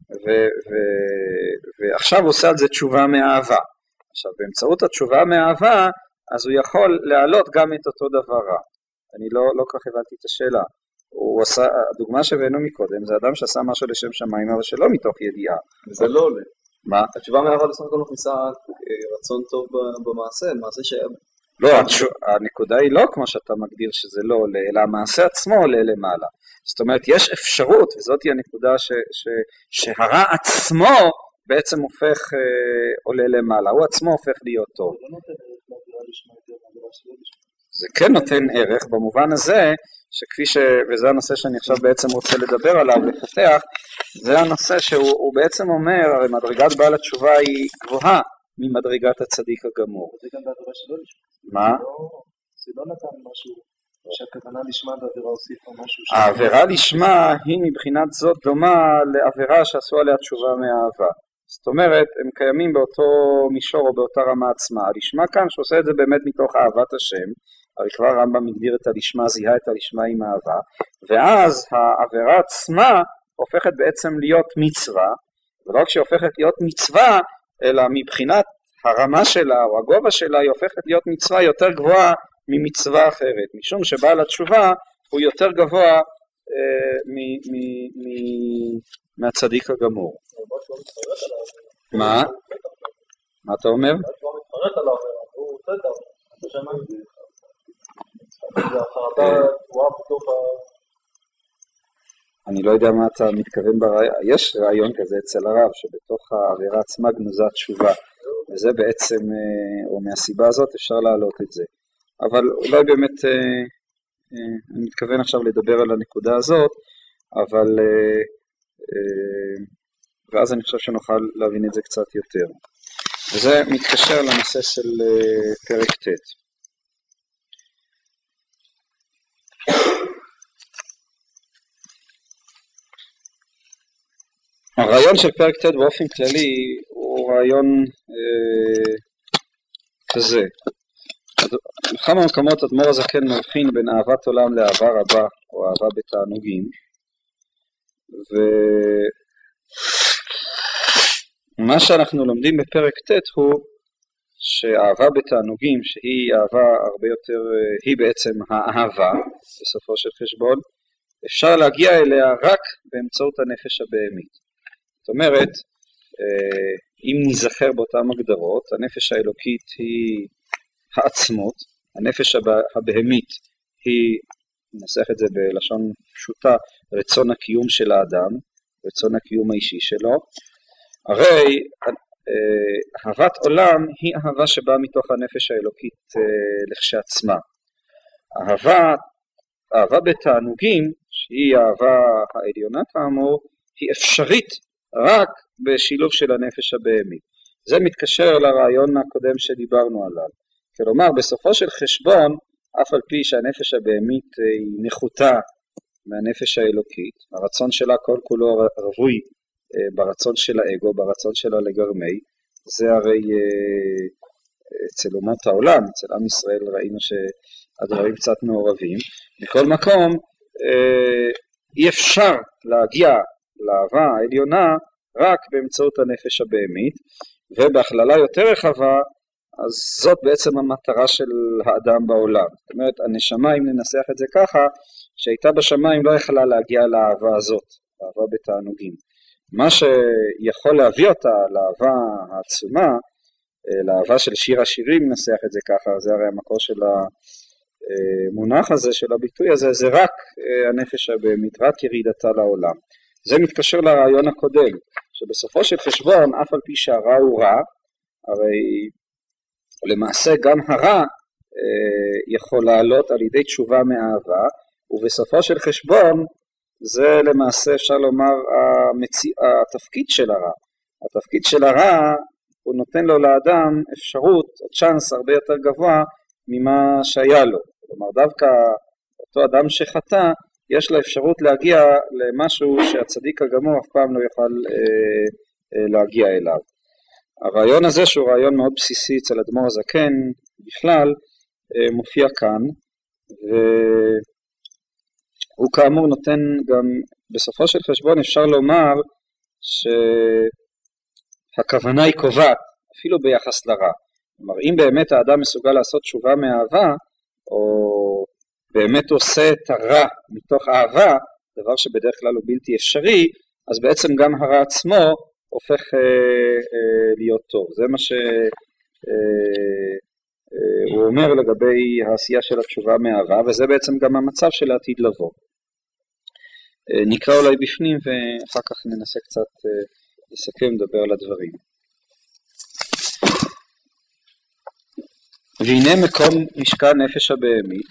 ועכשיו הוא עושה על זה תשובה מאהבה. עכשיו, באמצעות התשובה מאהבה, אז הוא יכול להעלות גם את אותו דבר רע. אני לא כך הבנתי את השאלה. הוא עשה, הדוגמה שהבאנו מקודם, זה אדם שעשה משהו לשם שמיים, אבל שלא מתוך ידיעה. זה לא עולה. מה? התשובה מאהבה לסך הכל מכניסה רצון טוב במעשה, מעשה ש... לא, הנקודה היא לא כמו שאתה מגדיר שזה לא עולה, אלא המעשה עצמו עולה למעלה. זאת אומרת, יש אפשרות, וזאת היא הנקודה שהרע עצמו בעצם הופך, עולה למעלה, הוא עצמו הופך להיות טוב. זה כן נותן ערך במובן הזה, שכפי וזה הנושא שאני עכשיו בעצם רוצה לדבר עליו, לפתח, זה הנושא שהוא בעצם אומר, הרי מדרגת בעל התשובה היא גבוהה ממדרגת הצדיק הגמור. זה גם בעבירה שלא לשמה. מה? זה לא נתן משהו, שהכוונה לשמה בעבירה הוסיפה משהו. העבירה לשמה היא מבחינת זאת דומה לעבירה שעשו עליה תשובה מאהבה. זאת אומרת, הם קיימים באותו מישור או באותה רמה עצמה. הלשמה כאן שעושה את זה באמת מתוך אהבת השם, הרי כבר הרמב"ם מגדיר את הלשמה, זיהה את הלשמה עם אהבה, ואז העבירה עצמה הופכת בעצם להיות מצווה, ולא רק שהיא הופכת להיות מצווה, אלא מבחינת הרמה שלה או הגובה שלה היא הופכת להיות מצווה יותר גבוהה ממצווה אחרת, משום שבעל התשובה הוא יותר גבוה מהצדיק הגמור. מה? מה אתה אומר? אני לא יודע מה אתה מתכוון ברעיון, יש רעיון כזה אצל הרב שבתוך העבירה עצמה גנוזה תשובה, וזה בעצם, או מהסיבה הזאת אפשר להעלות את זה. אבל אולי באמת, אני מתכוון עכשיו לדבר על הנקודה הזאת, אבל, ואז אני חושב שנוכל להבין את זה קצת יותר. וזה מתקשר לנושא של פרק ט'. הרעיון של פרק ט' באופן כללי הוא רעיון כזה. בכמה מקומות אדמו"ר הזקן מבחין בין אהבת עולם לאהבה רבה או אהבה בתענוגים, ומה שאנחנו לומדים בפרק ט' הוא שאהבה בתענוגים, שהיא אהבה הרבה יותר, היא בעצם האהבה בסופו של חשבון, אפשר להגיע אליה רק באמצעות הנפש הבהמית. זאת אומרת, אם נזכר באותן הגדרות, הנפש האלוקית היא העצמות, הנפש הבהמית היא, ננסח את זה בלשון פשוטה, רצון הקיום של האדם, רצון הקיום האישי שלו. הרי אהבת עולם היא אהבה שבאה מתוך הנפש האלוקית לכשעצמה. אהבה בתענוגים, שהיא האהבה העליונה כאמור, היא אפשרית רק בשילוב של הנפש הבהמית. זה מתקשר לרעיון הקודם שדיברנו עליו. כלומר, בסופו של חשבון, אף על פי שהנפש הבהמית היא נחותה מהנפש האלוקית, הרצון שלה כל כולו רווי ברצון של האגו, ברצון שלה לגרמי, זה הרי אצל אומות העולם, אצל עם ישראל ראינו שהדברים קצת מעורבים. מכל מקום, אי אפשר להגיע לאהבה העליונה רק באמצעות הנפש הבהמית, ובהכללה יותר רחבה, אז זאת בעצם המטרה של האדם בעולם. זאת אומרת, הנשמה, אם ננסח את זה ככה, שהייתה בשמיים לא יכלה להגיע לאהבה הזאת, לאהבה בתענוגים. מה שיכול להביא אותה לאהבה העצומה, לאהבה של שיר השירים, ננסח את זה ככה, זה הרי המקור של המונח הזה, של הביטוי הזה, זה רק הנפש הבהמית, רק ירידתה לעולם. זה מתקשר לרעיון הקודם, שבסופו של חשבון, אף על פי שהרע הוא רע, הרי למעשה גם הרע יכול לעלות על ידי תשובה מאהבה, ובסופו של חשבון זה למעשה אפשר לומר התפקיד של הרע. התפקיד של הרע הוא נותן לו לאדם אפשרות או צ'אנס הרבה יותר גבוה ממה שהיה לו. כלומר דווקא אותו אדם שחטא יש לו אפשרות להגיע למשהו שהצדיק הגמור אף פעם לא יוכל להגיע אליו. הרעיון הזה שהוא רעיון מאוד בסיסי אצל אדמו"ר הזקן בכלל מופיע כאן, והוא כאמור נותן גם בסופו של חשבון אפשר לומר שהכוונה היא קובעת אפילו ביחס לרע. כלומר אם באמת האדם מסוגל לעשות תשובה מאהבה או באמת עושה את הרע מתוך אהבה, דבר שבדרך כלל הוא בלתי אפשרי, אז בעצם גם הרע עצמו הופך להיות טוב. זה מה שהוא אומר לגבי העשייה של התשובה מאהבה, וזה בעצם גם המצב של העתיד לבוא. נקרא אולי בפנים ואחר כך ננסה קצת לסכם, לדבר על הדברים. והנה מקום משכן נפש הבהמית,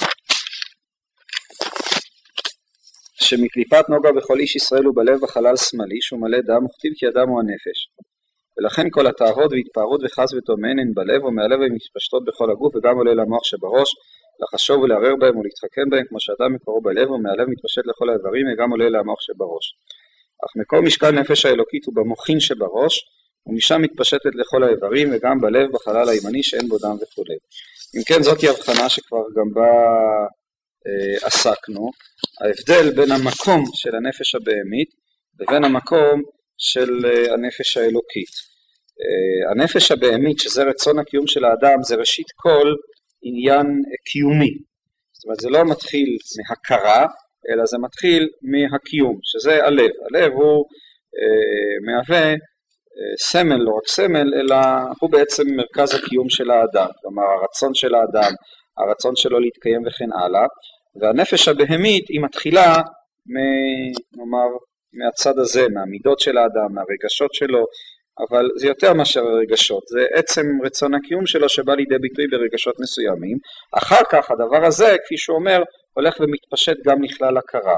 שמקליפת נוגה בכל איש ישראל הוא בלב בחלל שמאלי, שהוא מלא דם, וכתיב כי אדם הוא הנפש. ולכן כל התאוות והתפארות וחס וטומן הן בלב, ומהלב הן מתפשטות בכל הגוף, וגם עולה למוח שבראש, לחשוב ולערער בהם ולהתחכם בהם, כמו שאדם מקורו בלב, ומהלב מתפשט לכל האיברים, וגם עולה למוח שבראש. אך מקום משכן נפש האלוקית הוא במוחין שבראש, ומשם מתפשטת לכל האיברים, וגם בלב בחלל הימני שאין בו דם וכו'. אם כן, זאת היא הבחנה שכבר גם בה עסקנו, ההבדל בין המקום של הנפש הבהמית לבין המקום של הנפש האלוקית. הנפש הבהמית, שזה רצון הקיום של האדם, זה ראשית כל עניין קיומי. זאת אומרת, זה לא מתחיל מהכרה, אלא זה מתחיל מהקיום, שזה הלב. הלב הוא מהווה סמל, לא רק סמל, אלא הוא בעצם מרכז הקיום של האדם. כלומר, הרצון של האדם, הרצון שלו להתקיים וכן הלאה. והנפש הבהמית היא מתחילה נאמר, מהצד הזה, מהמידות של האדם, מהרגשות שלו, אבל זה יותר מאשר הרגשות, זה עצם רצון הקיום שלו שבא לידי ביטוי ברגשות מסוימים. אחר כך הדבר הזה, כפי שהוא אומר, הולך ומתפשט גם לכלל הכרה.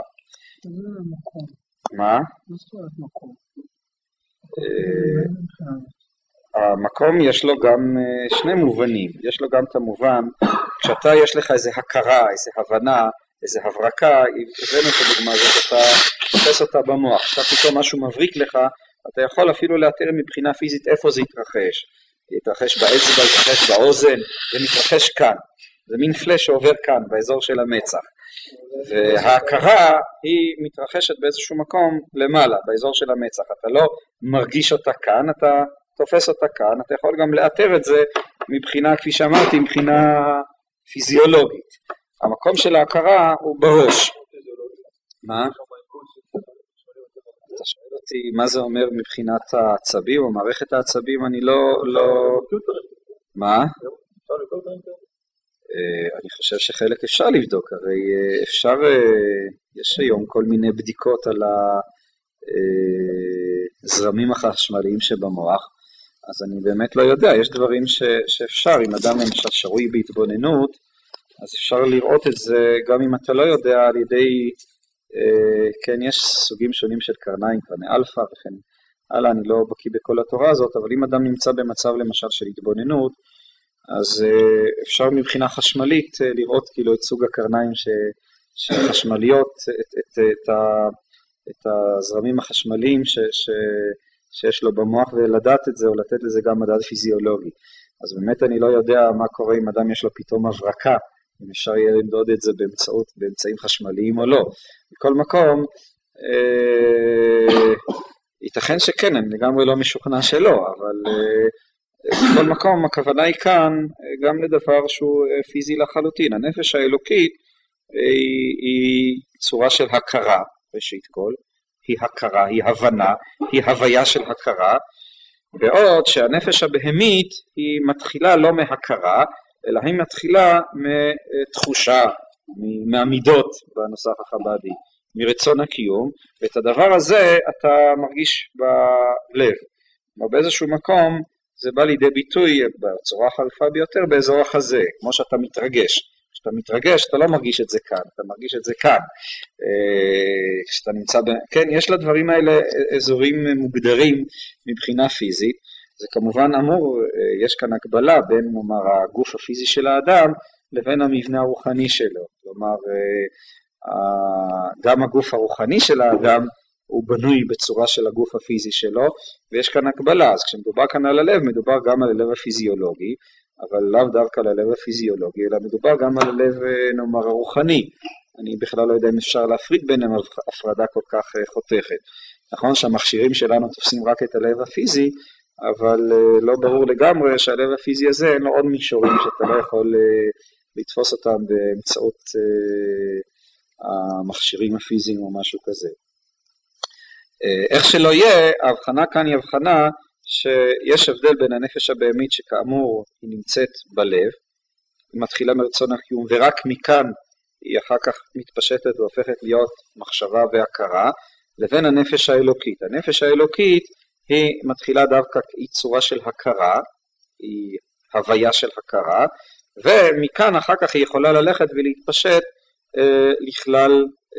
מה? המקום יש לו גם שני מובנים, יש לו גם את המובן, כשאתה יש לך איזו הכרה, איזו הבנה, איזו הברקה, הבאנו את הדוגמה הזאת, אתה תופס אותה במוח, עכשיו פתאום משהו מבריק לך, אתה יכול אפילו לאתר מבחינה פיזית איפה זה יתרחש, יתרחש באצבע, יתרחש באוזן, זה מתרחש כאן, זה מין פלש שעובר כאן, באזור של המצח, וההכרה היא מתרחשת באיזשהו מקום למעלה, באזור של המצח, אתה לא מרגיש אותה כאן, אתה תופס אותה כאן, אתה יכול גם לאתר את זה מבחינה, כפי שאמרתי, מבחינה פיזיולוגית. המקום של ההכרה הוא בראש. מה? אתה שואל אותי מה זה אומר מבחינת העצבים או מערכת העצבים, אני לא... מה? אני חושב שחלק אפשר לבדוק, הרי אפשר, יש היום כל מיני בדיקות על הזרמים החשמליים שבמוח, אז אני באמת לא יודע, יש דברים שאפשר, אם אדם למשל שרוי בהתבוננות, אז אפשר לראות את זה גם אם אתה לא יודע על ידי, כן, יש סוגים שונים של קרניים, קרני אלפא וכן הלאה, אני לא בקיא בכל התורה הזאת, אבל אם אדם נמצא במצב למשל של התבוננות, אז אפשר מבחינה חשמלית לראות כאילו את סוג הקרניים שחשמליות, את הזרמים החשמליים שיש לו במוח, ולדעת את זה או לתת לזה גם מדד פיזיולוגי. אז באמת אני לא יודע מה קורה אם אדם יש לו פתאום הברקה, אם אפשר יהיה למדוד את זה באמצעים חשמליים או לא. בכל מקום, ייתכן שכן, אני לגמרי לא משוכנע שלא, אבל בכל מקום הכוונה היא כאן גם לדבר שהוא פיזי לחלוטין. הנפש האלוקית היא צורה של הכרה, ראשית כל, היא הכרה, היא הבנה, היא הוויה של הכרה, בעוד שהנפש הבהמית היא מתחילה לא מהכרה, אלא היא מתחילה מתחושה, מהמידות בנוסח החב"די, מרצון הקיום, ואת הדבר הזה אתה מרגיש בלב. באיזשהו מקום זה בא לידי ביטוי בצורה החריפה ביותר באזור החזה, כמו שאתה מתרגש. כשאתה מתרגש אתה לא מרגיש את זה כאן, אתה מרגיש את זה כאן. כשאתה נמצא כן, יש לדברים האלה אזורים מוגדרים מבחינה פיזית. זה כמובן אמור, יש כאן הקבלה בין נאמר הגוף הפיזי של האדם לבין המבנה הרוחני שלו. כלומר, גם הגוף הרוחני של האדם הוא בנוי בצורה של הגוף הפיזי שלו, ויש כאן הקבלה. אז כשמדובר כאן על הלב, מדובר גם על הלב הפיזיולוגי, אבל לאו דווקא על הלב הפיזיולוגי, אלא מדובר גם על הלב נאמר הרוחני. אני בכלל לא יודע אם אפשר להפריד ביניהם הפרדה כל כך חותכת. נכון שהמכשירים שלנו תופסים רק את הלב הפיזי, אבל לא ברור לגמרי שהלב הפיזי הזה אין לו עוד מישורים שאתה לא יכול לתפוס אותם באמצעות המכשירים הפיזיים או משהו כזה. איך שלא יהיה, ההבחנה כאן היא הבחנה שיש הבדל בין הנפש הבהמית שכאמור היא נמצאת בלב, היא מתחילה מרצון הקיום ורק מכאן היא אחר כך מתפשטת והופכת להיות מחשבה והכרה, לבין הנפש האלוקית. הנפש האלוקית היא מתחילה דווקא, היא צורה של הכרה, היא הוויה של הכרה, ומכאן אחר כך היא יכולה ללכת ולהתפשט לכלל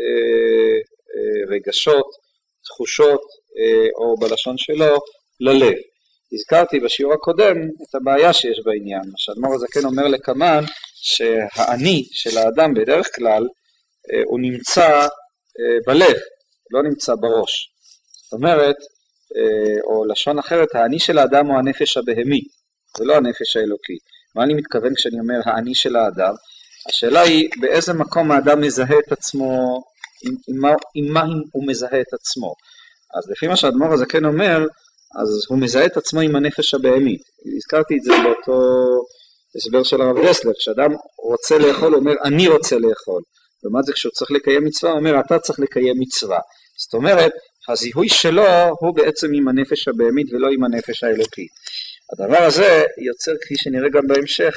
רגשות, תחושות, או בלשון שלו, ללב. הזכרתי בשיעור הקודם את הבעיה שיש בעניין. שהאדמו"ר הזקן אומר לקמן שהאני של האדם בדרך כלל הוא נמצא בלב, לא נמצא בראש. זאת אומרת, או לשון אחרת, האני של האדם הוא הנפש הבהמית, זה לא הנפש האלוקית. מה אני מתכוון כשאני אומר האני של האדם? השאלה היא באיזה מקום האדם מזהה את עצמו, עם מה הוא מזהה את עצמו. אז לפי מה שהאדמו"ר הזקן אומר, אז הוא מזהה את עצמו עם הנפש הבהמית. הזכרתי את זה באותו הסבר של הרב דסלר, כשאדם רוצה לאכול, הוא אומר אני רוצה לאכול. לעומת זה כשהוא צריך לקיים מצווה, הוא אומר אתה צריך לקיים מצווה. זאת אומרת, הזיהוי שלו הוא בעצם עם הנפש הבהמית ולא עם הנפש האלוקית. הדבר הזה יוצר, כפי שנראה גם בהמשך,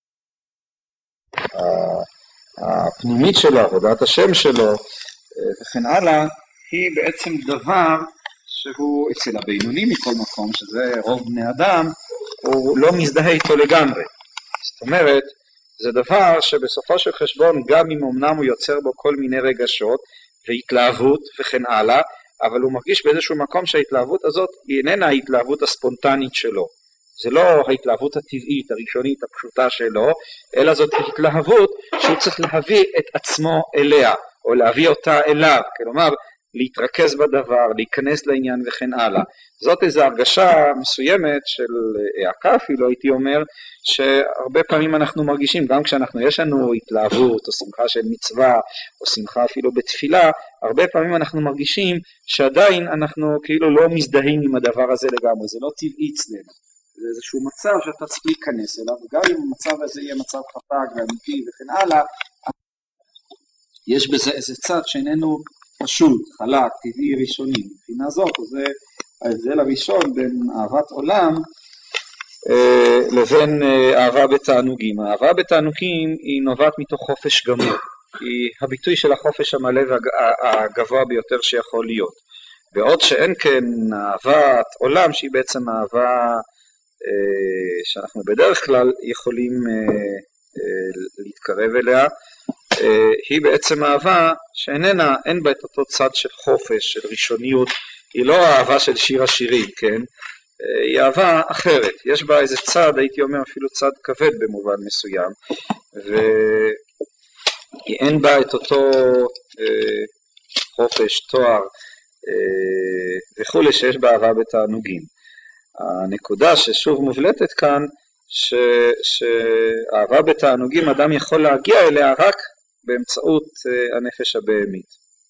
הפנימית שלו, עבודת השם שלו וכן הלאה, היא בעצם דבר שהוא אצל הבינוני מכל מקום, שזה רוב בני אדם, הוא לא מזדהה איתו לגמרי. זאת אומרת, זה דבר שבסופו של חשבון, גם אם אמנם הוא יוצר בו כל מיני רגשות והתלהבות וכן הלאה, אבל הוא מרגיש באיזשהו מקום שההתלהבות הזאת היא איננה ההתלהבות הספונטנית שלו. זה לא ההתלהבות הטבעית, הראשונית, הפשוטה שלו, אלא זאת התלהבות שהוא צריך להביא את עצמו אליה, או להביא אותה אליו, כלומר, להתרכז בדבר, להיכנס לעניין וכן הלאה. זאת איזו הרגשה מסוימת של העקה אפילו, הייתי אומר, שהרבה פעמים אנחנו מרגישים, גם כשאנחנו יש לנו התלהבות או שמחה של מצווה, או שמחה אפילו בתפילה, הרבה פעמים אנחנו מרגישים שעדיין אנחנו כאילו לא מזדהים עם הדבר הזה לגמרי, זה לא טבעי אצלנו. זה איזשהו מצב שאתה צריך להיכנס אליו, וגם אם המצב הזה יהיה מצב חפק ואמיתי וכן הלאה, יש בזה איזה צד שאיננו פשוט, חלק, טבעי, ראשוני. מבחינה זאת, זה ההבדל הראשון בין אהבת עולם לבין אהבה בתענוגים. האהבה בתענוגים היא נובעת מתוך חופש גמור. היא הביטוי של החופש המלא והגבוה ביותר שיכול להיות. בעוד שאין כן אהבת עולם, שהיא בעצם אהבה שאנחנו בדרך כלל יכולים להתקרב אליה, היא בעצם אהבה שאיננה, אין בה את אותו צד של חופש, של ראשוניות, היא לא אהבה של שיר השירים, כן? היא אהבה אחרת, יש בה איזה צד, הייתי אומר אפילו צד כבד במובן מסוים, ואין בה את אותו חופש, תואר וכולי שיש בה אהבה בתענוגים. הנקודה ששוב מובלטת כאן, שאהבה בתענוגים אדם יכול להגיע אליה רק באמצעות הנפש הבהמית.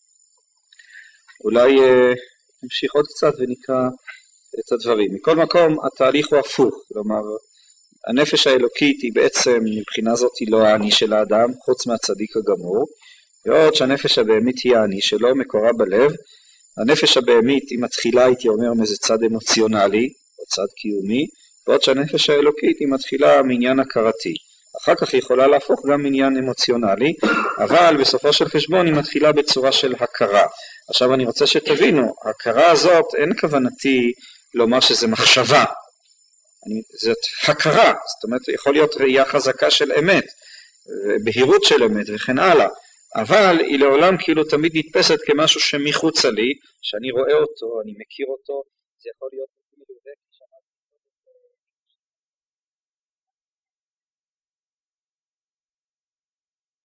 אולי נמשיך עוד קצת ונקרא את הדברים. מכל מקום התהליך הוא הפוך, כלומר הנפש האלוקית היא בעצם מבחינה זאת היא לא האני של האדם חוץ מהצדיק הגמור, ועוד שהנפש הבהמית היא האני שלו, מקורה בלב. הנפש הבהמית היא מתחילה, הייתי אומר, מאיזה צד אמוציונלי או צד קיומי, ועוד שהנפש האלוקית היא מתחילה מעניין הכרתי. אחר כך היא יכולה להפוך גם מעניין אמוציונלי, אבל בסופו של חשבון היא מתחילה בצורה של הכרה. עכשיו אני רוצה שתבינו, ההכרה הזאת אין כוונתי לומר שזה מחשבה, זאת הכרה, זאת אומרת יכול להיות ראייה חזקה של אמת, בהירות של אמת וכן הלאה, אבל היא לעולם כאילו תמיד נתפסת כמשהו שמחוצה לי, שאני רואה אותו, אני מכיר אותו, זה יכול להיות